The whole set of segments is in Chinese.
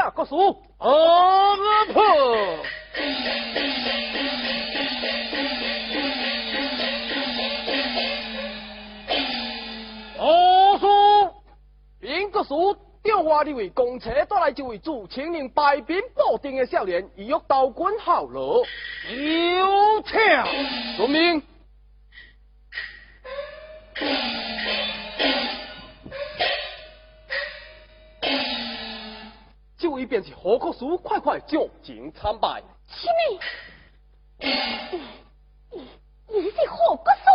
下国书， 破。 兵国书调话你为公车带来这位驻青年败兵保定的少年，已约到军号了。 有请。 遵命。这位便是何国书，快快就近参拜。 什么？你是何国书？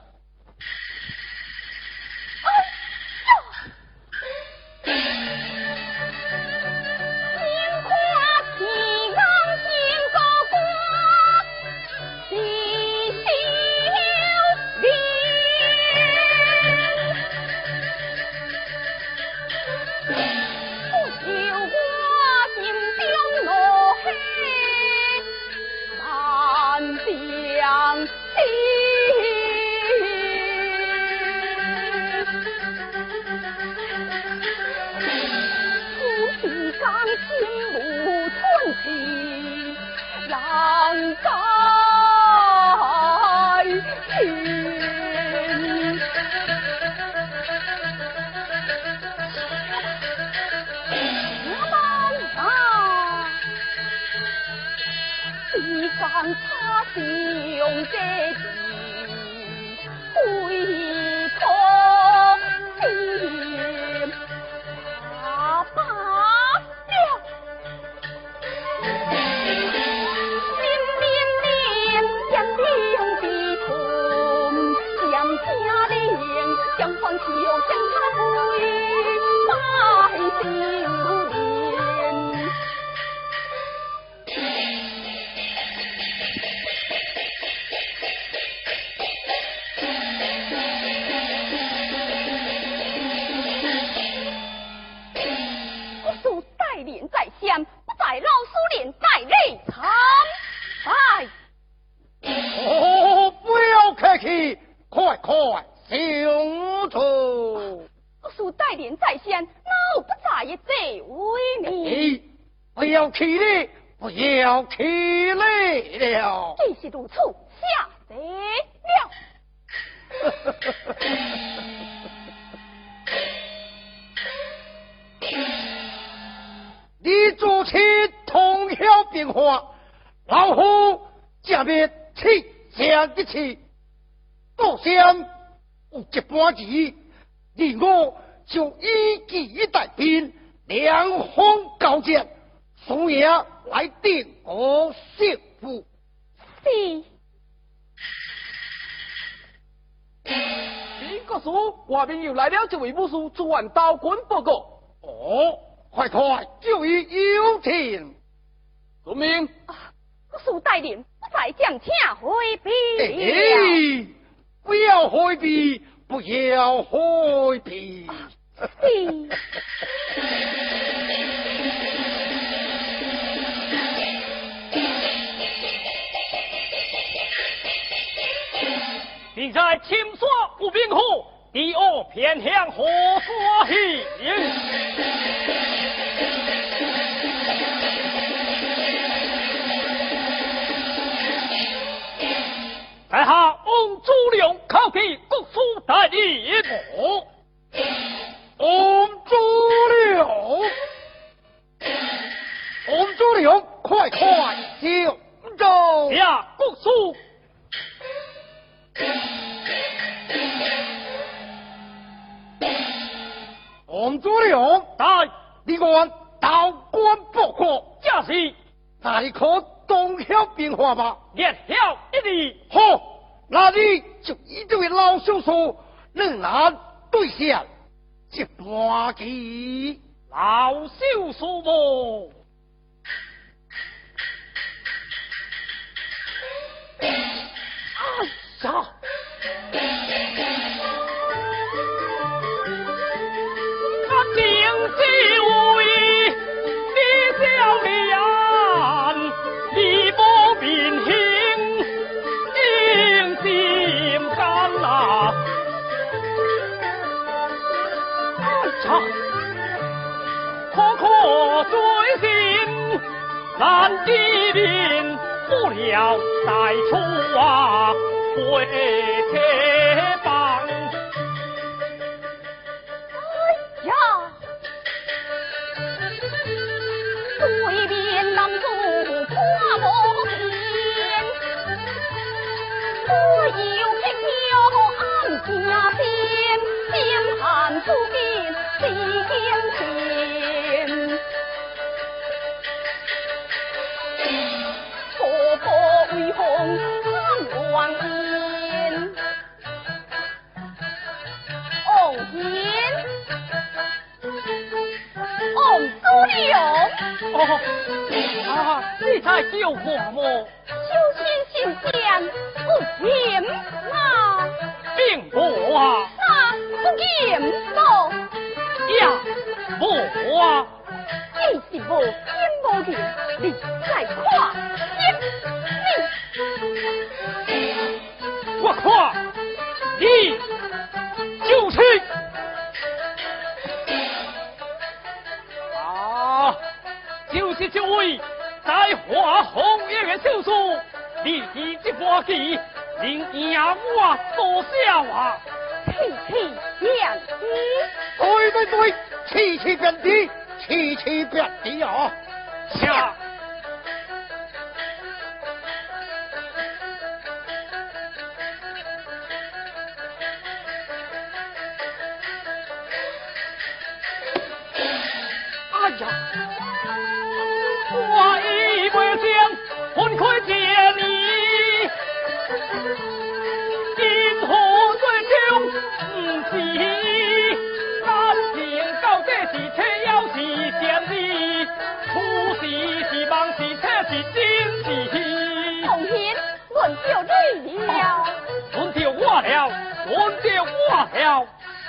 你主持通晓变化，老夫正面气象一气，多想有一般字，你我就以己带兵，两方交战，输赢来定我胜负。 是。 兵国书，外面又来了这位武士，主案刀军报告。 哦，快快就以有请。 遵命。 国书带领，不再将请回避了。不要回避，不要回避。 是。 你在青沙不兵后，敌我偏向何所去？在下翁朱良考给国书大人。 翁朱良，快快就走。 下国书。 翁朱良， 在你按道官报告， 假是那你可懂晓变化吧？ 略晓一二。 好，那你就以这位老兄说，仍然对象一般棋。 老朽说么？ 啥？ 可可追难敌民，不料再出啊回铁棒。 哎呀，对面男主跨无边，我又偏要暗下边，心寒出见是惊天。婆婆为红看王言，王言，王叔良。 哦，啊，你才叫我么？ 秋千信件不见啊， 并无啊， 那不见咯， 呀，无啊， 既是无见无见，你再看我看你就是啊，就是这位在画红叶的小叔，你以这把棋，令赢我多少啊？ 气气两知， 对对对，气气便敌，气气便敌啊！ 下。哎呀，我已不想分开见你，今后最终不是感情到底是车要是嫌你，出事是梦是车是真是。 红颜轮到你了， 轮到我了，轮到我了。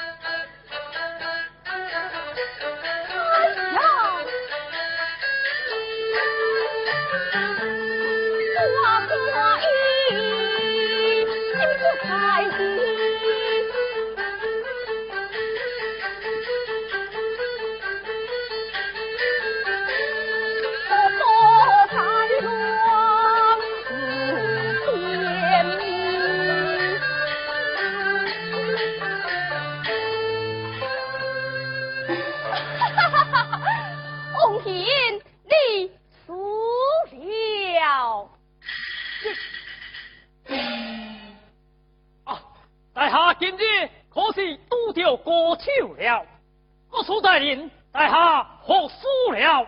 今日可是拄着高手了，我苏大人在下服输了。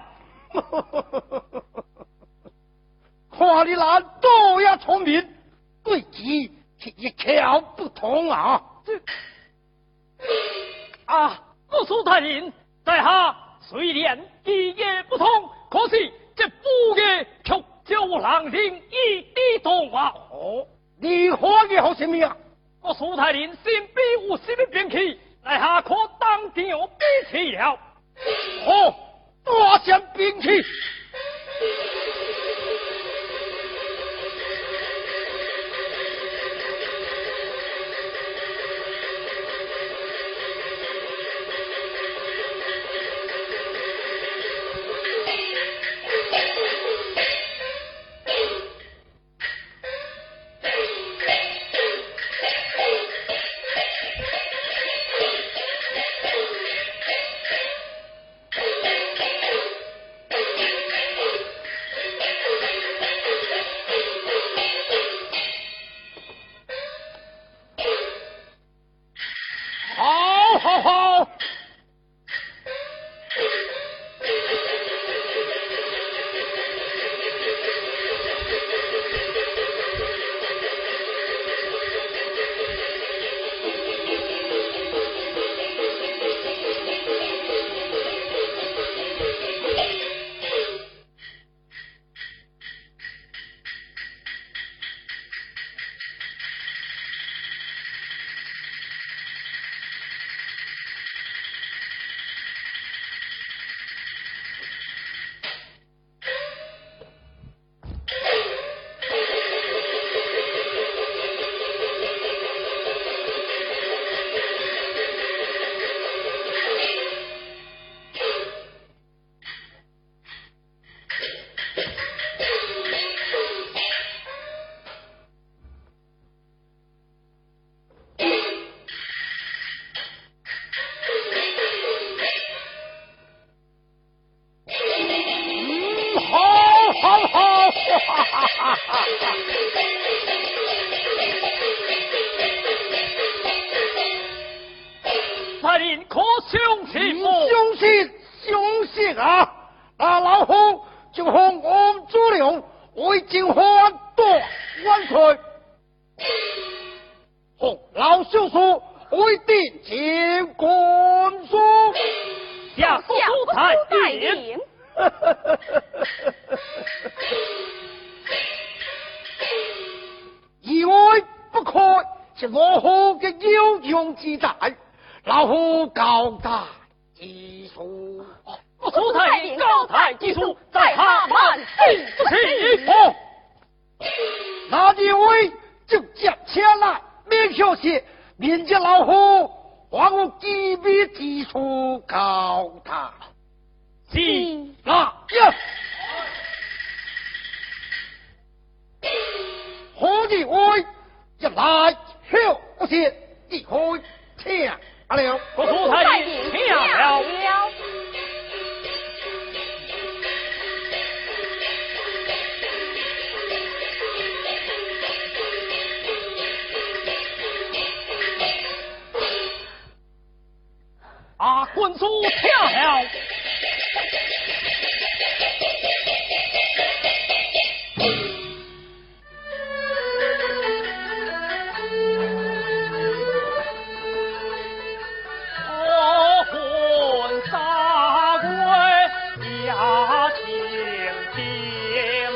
看你那多呀聪明，对棋是一窍不通啊！ 我苏大人在下虽然技艺不通，可是这武艺却叫人灵异地动啊！ 哦，你话嘅好什么呀？ 我苏大人身边有什么兵器，在下可当场比起了。 哦，大将兵器。 才人可相信不？ 相信，相信啊！那老夫就向王祖良为政还多万岁，向老小叔为定前官书， 下书才定。 定。 意外不可是老夫的有用之在，老夫高大之术。 出太人高抬技术，在下万幸不起。 哦，那几位就接前来，免小谢，免得老夫还我机密之处高大。 是那呀，何几位一来后不谢，一开请了。 我出太人请了。啊，quân书听了。我魂杀归压青天，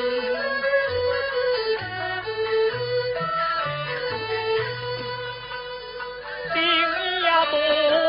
定呀多。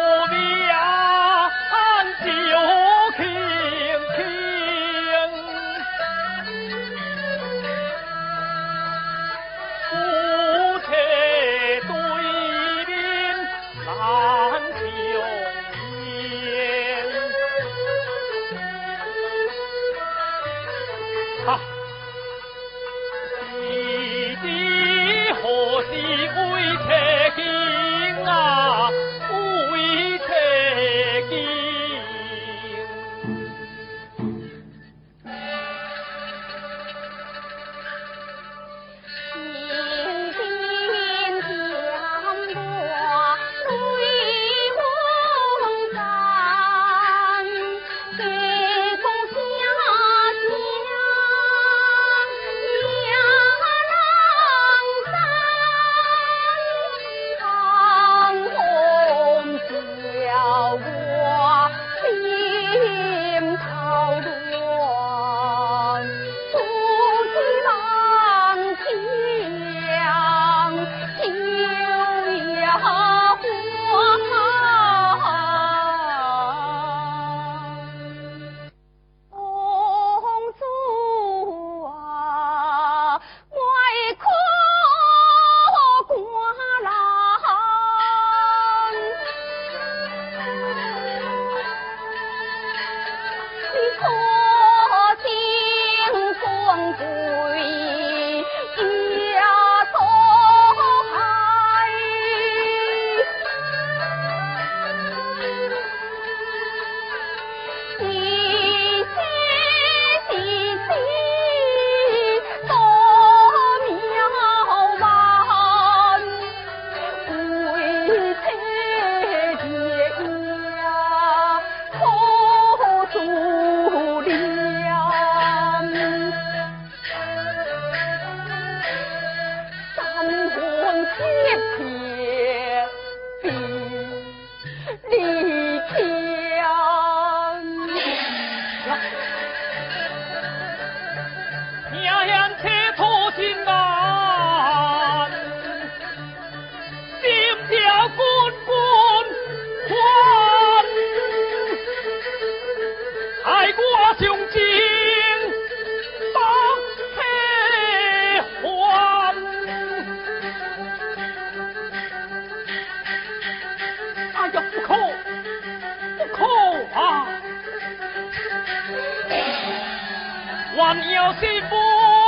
万有师傅，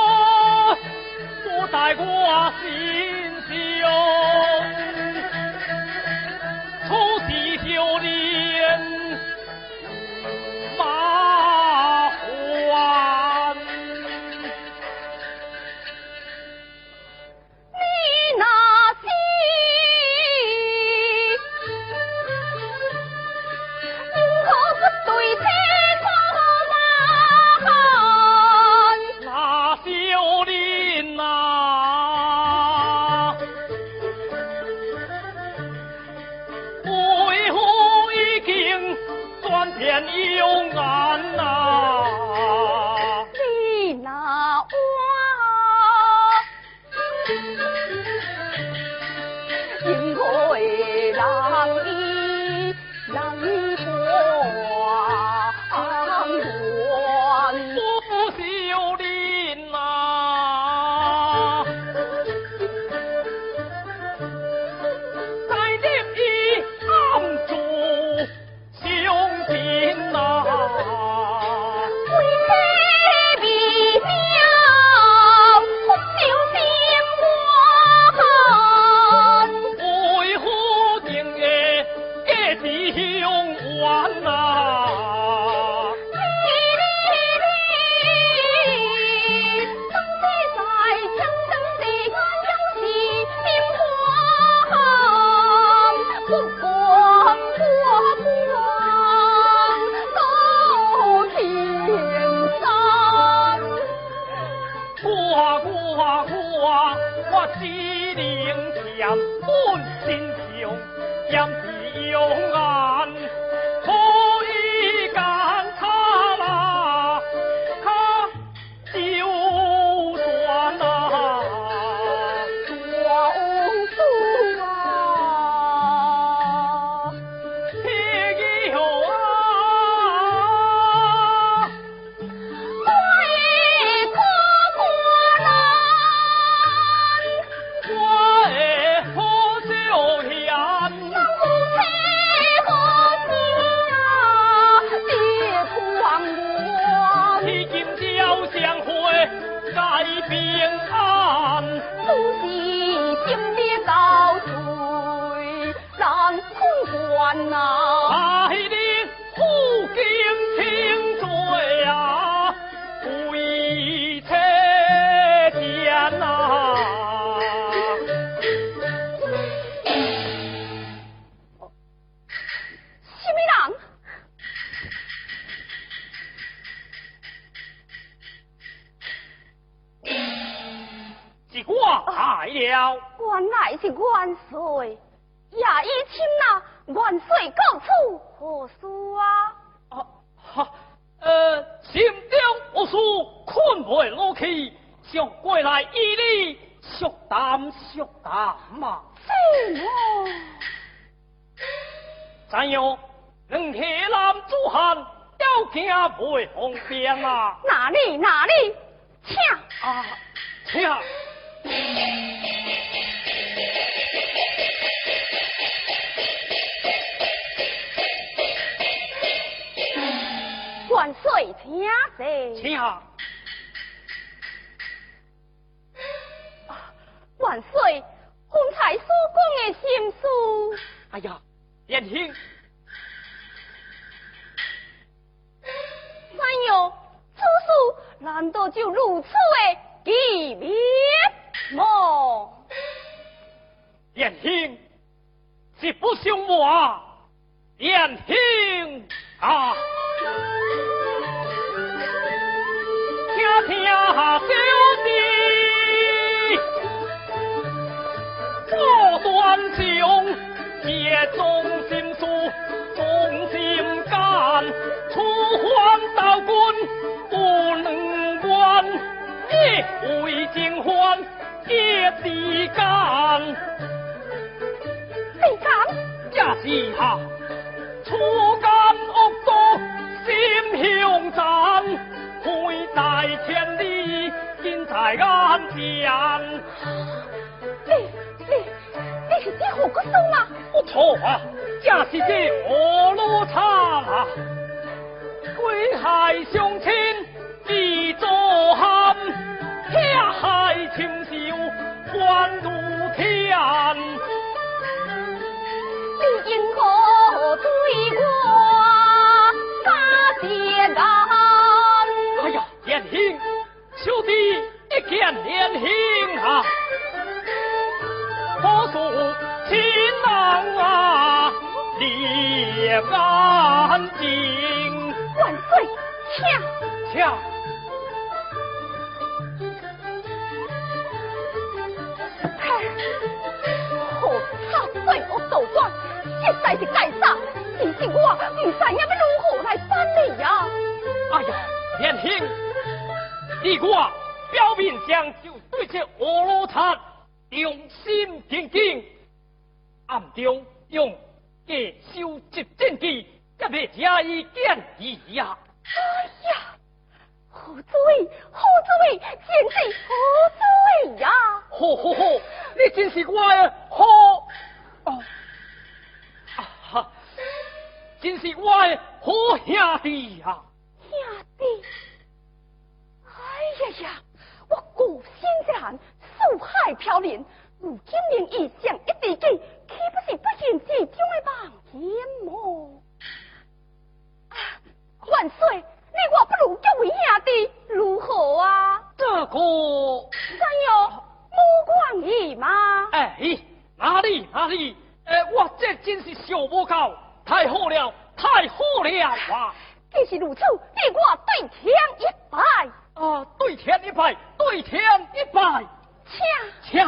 我带我心胸，初时少年马还。 你那心见有案呐。 你那我因为人意人花乱， 不修林呐，在立一暗主雄心呐。我只灵强本心强，言是用案，可以干他啦，他就算啦。 王叔啊， 天有啊，改平安， 都是心里遭罪，难困关呐。 爱你负荆轻罪啊，为车钱呐。 什么人？ 是我来了。 原来是元帅，夜已深啦，元帅到处何事啊？ 心中有事困袂落去，想过来与你相谈嘛。 是么？ 怎样？两下男子汉要行袂方便啊！ 哪里，请啊，请。 元帅请坐。 请。 元帅，方才所讲的心事。 哎呀，连兄， 怎样？此事难道就如此的机密么？ 连兄是不想我，连兄啊！听小弟，我断兄借忠心术，忠心肝，出还道君不能关，一为情还一地干， 地干也是哈，初干恶毒心向战，悔在千里近在眼前。 你是这何国松吗？ 不错啊，这是这俄罗差啊，鬼害相亲必作憾，下害禽兽还如天。 你因何对我发些干？ 哎呀，连兄，小弟一见连兄啊，可属情郎啊，烈干净。 万岁，请。何差罪恶倒转，实在是该杀！只是我唔知影要如何来报天兄，你我表面上就对这俄罗塔用心敬敬，暗中用假收集证据，才要加以建议呀。 哎呀，好主意，好主意，简直好主意呀！ 好好好，你真是我的好真是我的好兄弟呀！ 兄弟，哎呀呀，我孤身一人，四海飘零，如今连异象一地记，岂不是不幸之中的妄言么？万岁，你我不如结为兄弟，如何啊？ 这个怎样？无关意吗？ 哎，哪里？我这真是想不到，太好了啊！ 既是如此，你我对天一拜。 啊，对天一拜，请。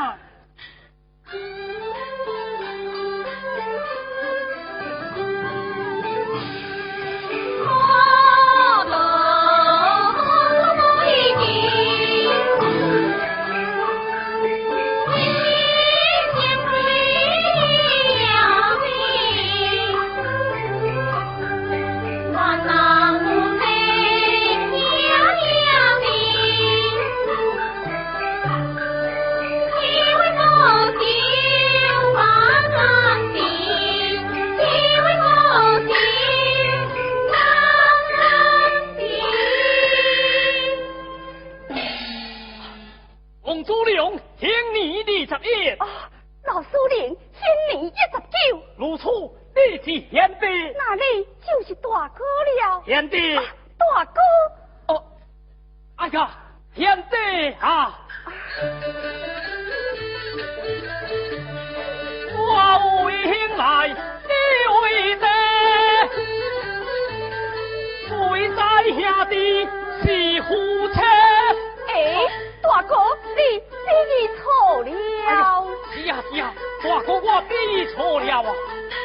老苏林今年19， 如此你是贤弟， 那你就是大哥了。 贤弟， 大哥。 哦，哎呀，贤弟啊！我为兄来，你为弟，谁知兄弟是夫妻？ 大哥，你错了。 是啊，大哥我比你错了啊！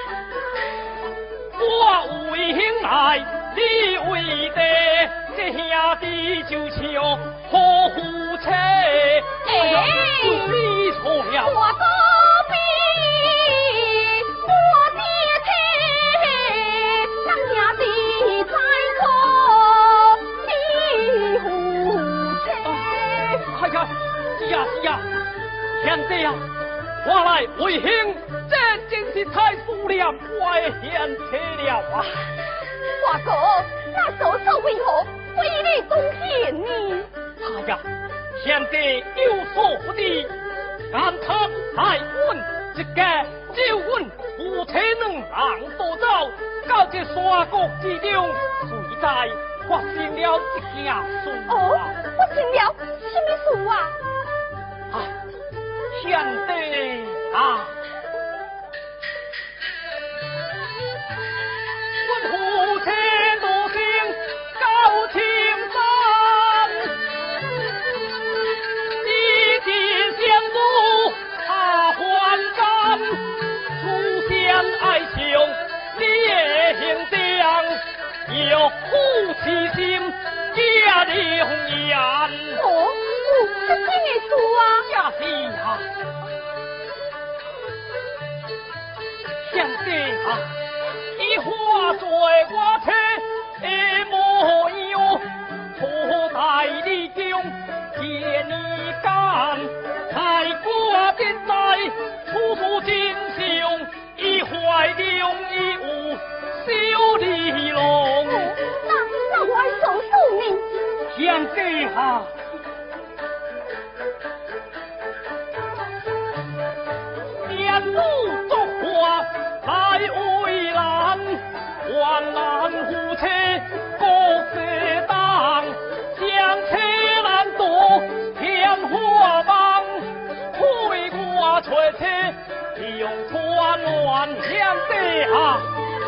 我为兄来，你为弟，这兄弟就像好夫妻。你错了。 大哥比我爹亲，当兄弟才可比夫妻。 哎呀，是啊，贤弟啊！我来为兄，这真是太思念我的贤妻了啊！ 大哥，那嫂嫂为何非你公平呢？ 哎呀，贤弟有所不知，但他来阮一家，就阮夫妻两人多走，到这山谷之中，谁知发生了一件事啊！ 发生了什么事啊？ 贤弟啊！阮夫妻独行高青山，一见相顾他还感，初见爱情烈行将，有夫妻心家良言。 这真的事啊！ 也是啊，贤弟啊，你化作我妻的模样，错在你中借你干，才过现在处处真相，已怀中已有小离龙。 那我来告诉你， 贤弟啊！路作花来为难，患难夫妻各自当，将车难躲天花板，推我吹车用穿乱贤弟啊！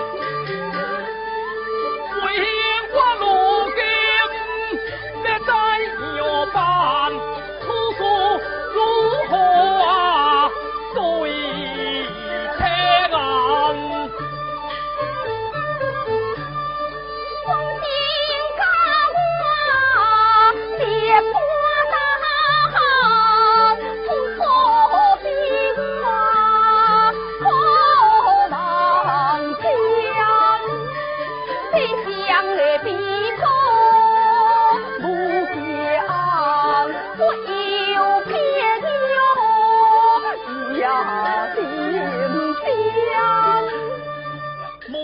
为我如今别再有办，处处如何啊？对车岸， 光景家我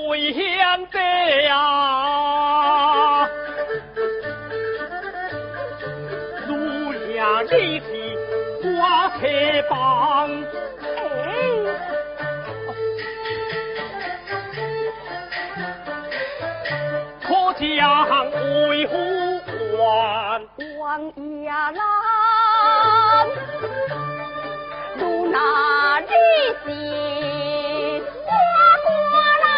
梅贤弟呀，如呀你是我车帮。可将为夫还王爷兰，如那日是花果郎，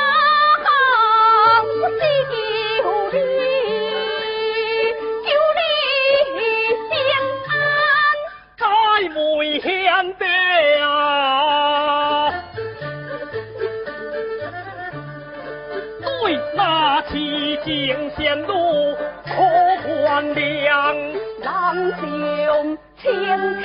是救你，救你平安。 在梅贤弟啊，对那七情仙路可还良。 郎兄千强，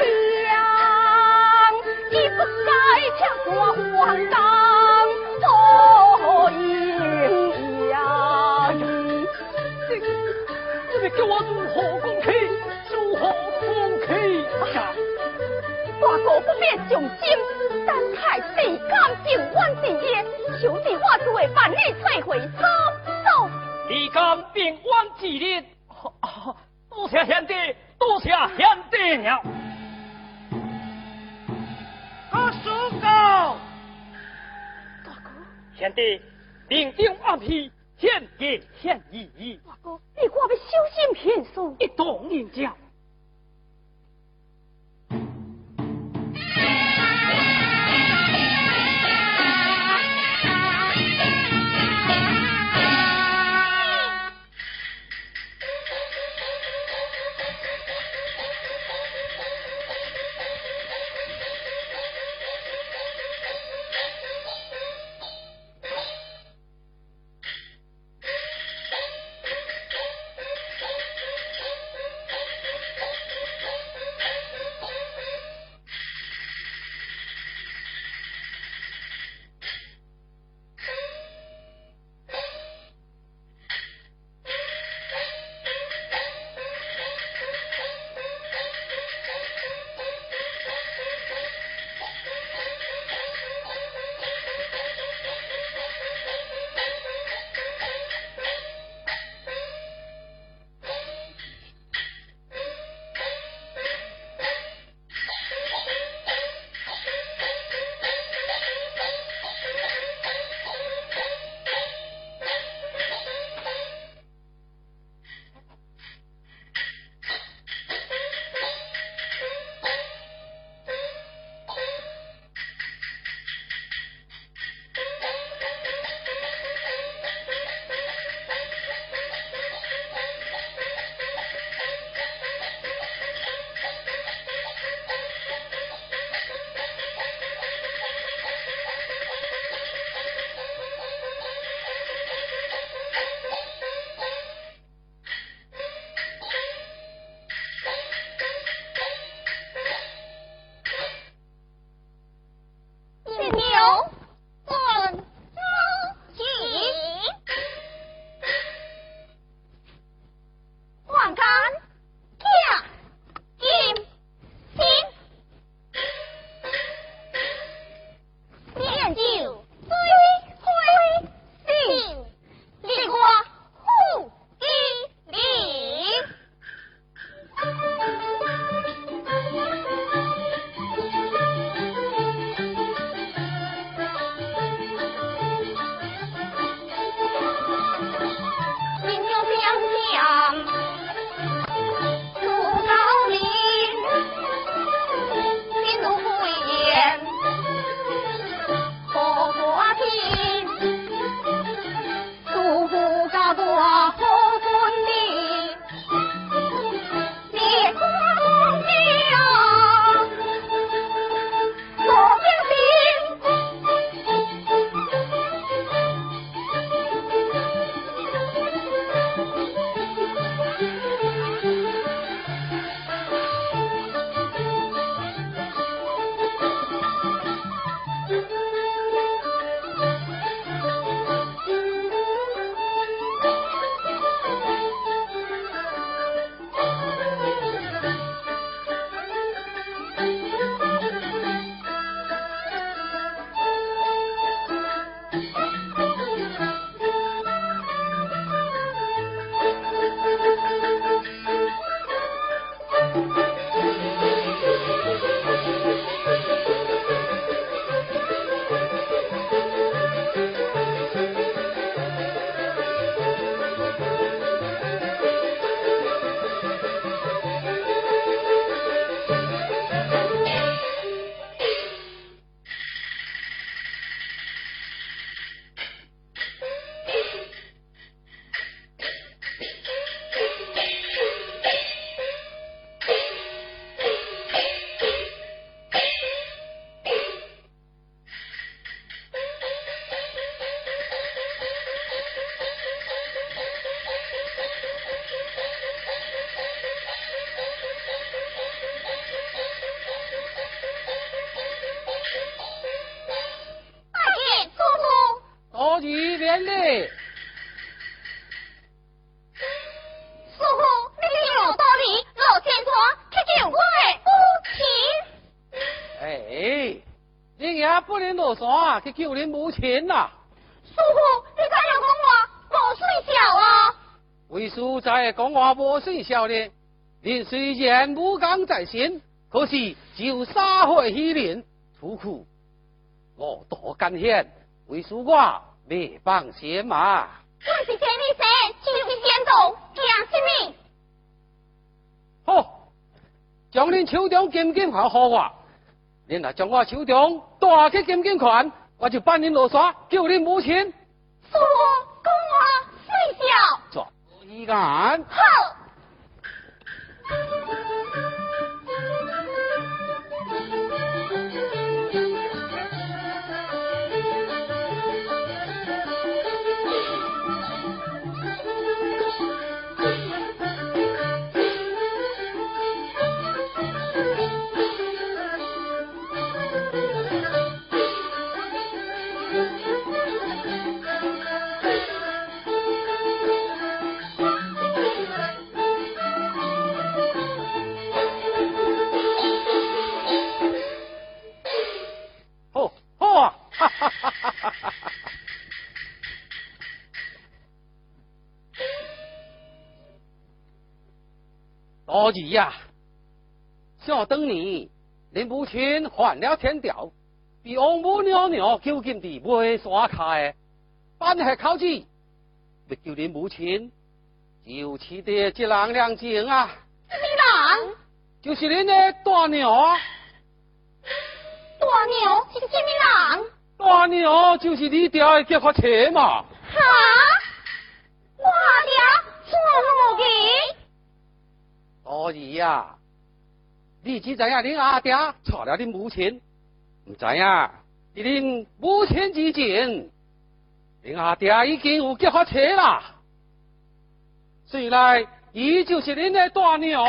亦不该抢我王当做赢呀！ 这个叫我如何攻击？如何攻击呀？ 大哥不便上心，但太地感情冤之夜，求是我只会办理退回收。 你敢并冤之日？多谢贤弟，多谢贤弟了。 叔公， 大哥， 贤弟，领兵安批，献给献义。 大哥，你我要小心骗术， 一同领教。 师傅，你有道理，老天川去救我的母亲。 哎，你也不能落山去救恁母亲呐。 师傅，你敢有讲话无水笑啊？ 为师在讲话无水笑呢。您虽然武刚在身，可是就xã會欺人，出苦我多干险，为师我未放心嘛。 我是千里生，就是仙道，惊什么？ 好，将恁手中金金环给我，恁若将我手中大嘅金金环，我就办恁落山救恁母亲。 师傅，讲话水笑。 做一干。 好。 多吉呀！想当年，恁母亲犯了天条，被王母娘娘囚禁伫梅山下，办下考子，要救恁母亲，就取得一人两情啊！ 什么人？ 就是恁的大娘啊！ 大娘是什么人？ 大娘就是你爹的结发妻嘛！ 哈！我爹错无去。 多吉呀！你只知影恁阿爹娶了恁母亲，唔知影恁母亲之前，恁阿爹已经有结发妻啦。虽来，伊就是恁的大娘。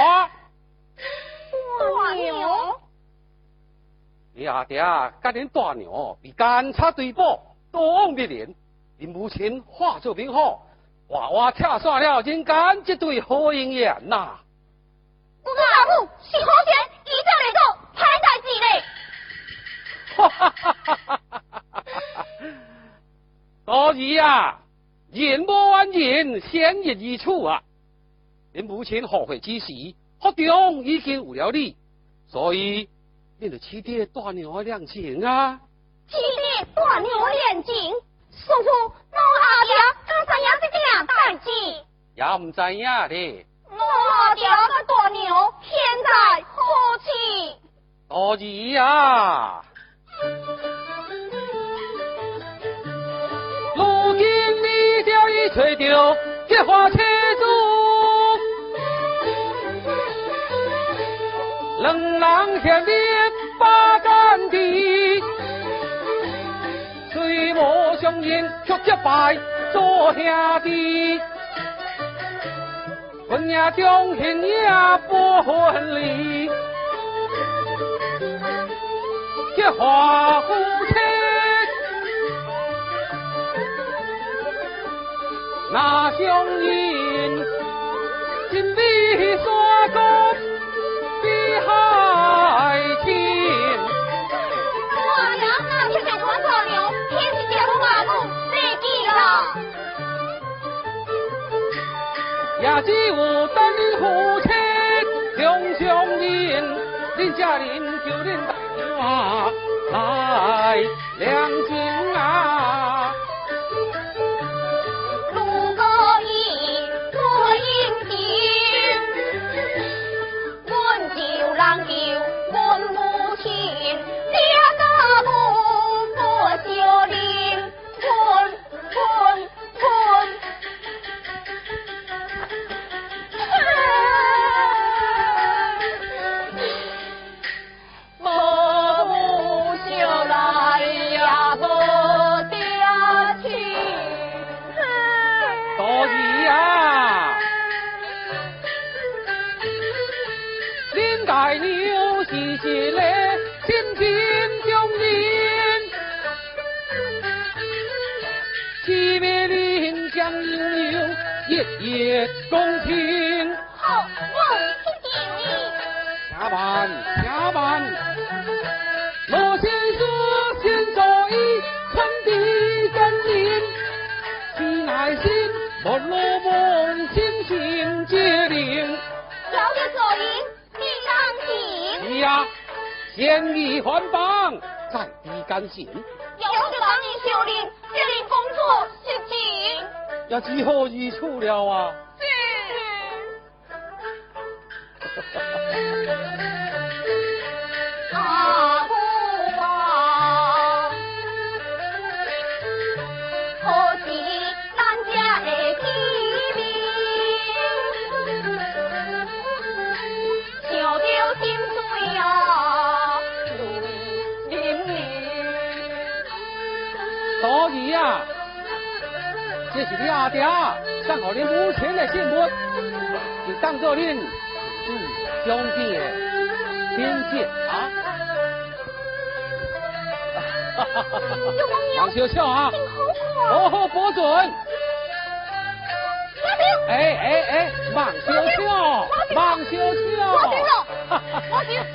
大娘？ 你阿爹甲恁大娘被奸贼追捕，躲亡灭连，恁母亲化作冰火，娃娃拆散了人间一对好姻缘呐。 我阿母是好仙，伊就来做歹代志嘞。 哈哈哈哈哈哈！所以啊，人无完人，先人已处啊。恁母亲后悔之时，腹中已经有了你，所以恁就取缔大娘的良情啊。 取缔大娘恋情，师傅，我阿爹敢知影这件代志？ 也唔知影咧。 我阿爹甲大娘现在何去？ 多吉啊！如今你家已吹掉结发妻子，两人相恋把干地，虽无相认却结拜做兄弟。婚夜中现也不分离，结花夫妻那相认，心比山高比海深。 我娘那却想传大娘，偏是叫我阿母忘记了。 也只有等恁夫妻两相认，恁家人就恁大娘来两情啊。 如果伊不应情，阮就人救阮母亲，爹甲母不相认，困。 大娘是一个心情中人，凄美的夜夜恭听。 好，我听见你。 下班，下班。罗先生先走一程的真灵，其乃心莫罗梦星星接灵。 要的走音，地上行。 是呀，先礼还帮，再地甘心。 要的帮你修炼，这里工作事情。 要几何一处了啊？ 阿父啊，可惜咱家的机灵，小掉心碎啊，泪淋漓。 所以呀，这是你阿爹上好恁母亲的信物，就当作恁兄弟的边界啊！忙笑笑啊！哦，不准！哎，忙笑笑，忙笑笑！ 我听了，我听。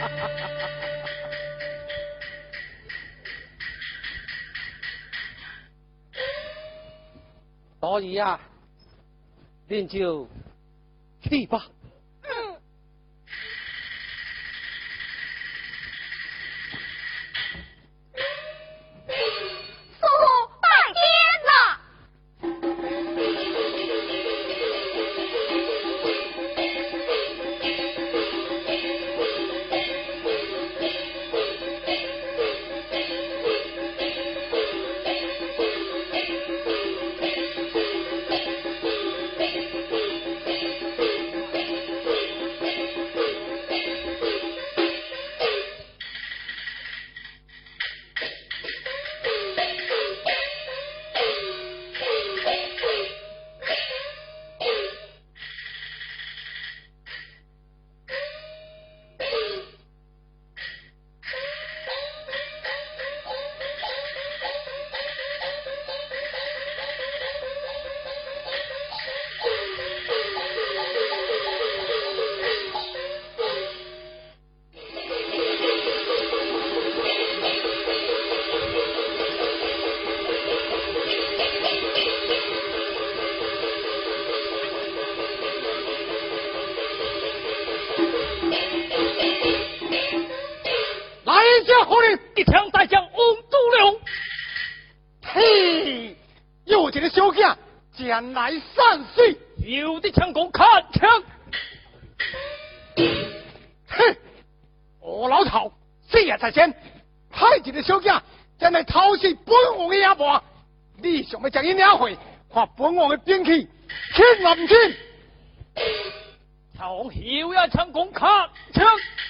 所以呀，恁就去吧。 一枪带将翁主流。 嘿，有这个小将将来3岁， 有的枪工看枪。 哼，我老曹这也在前，派这个小将将来偷袭本王的野马，你想要将伊领回，看本王的兵器轻还唔轻？ 曹王有呀，枪工看枪。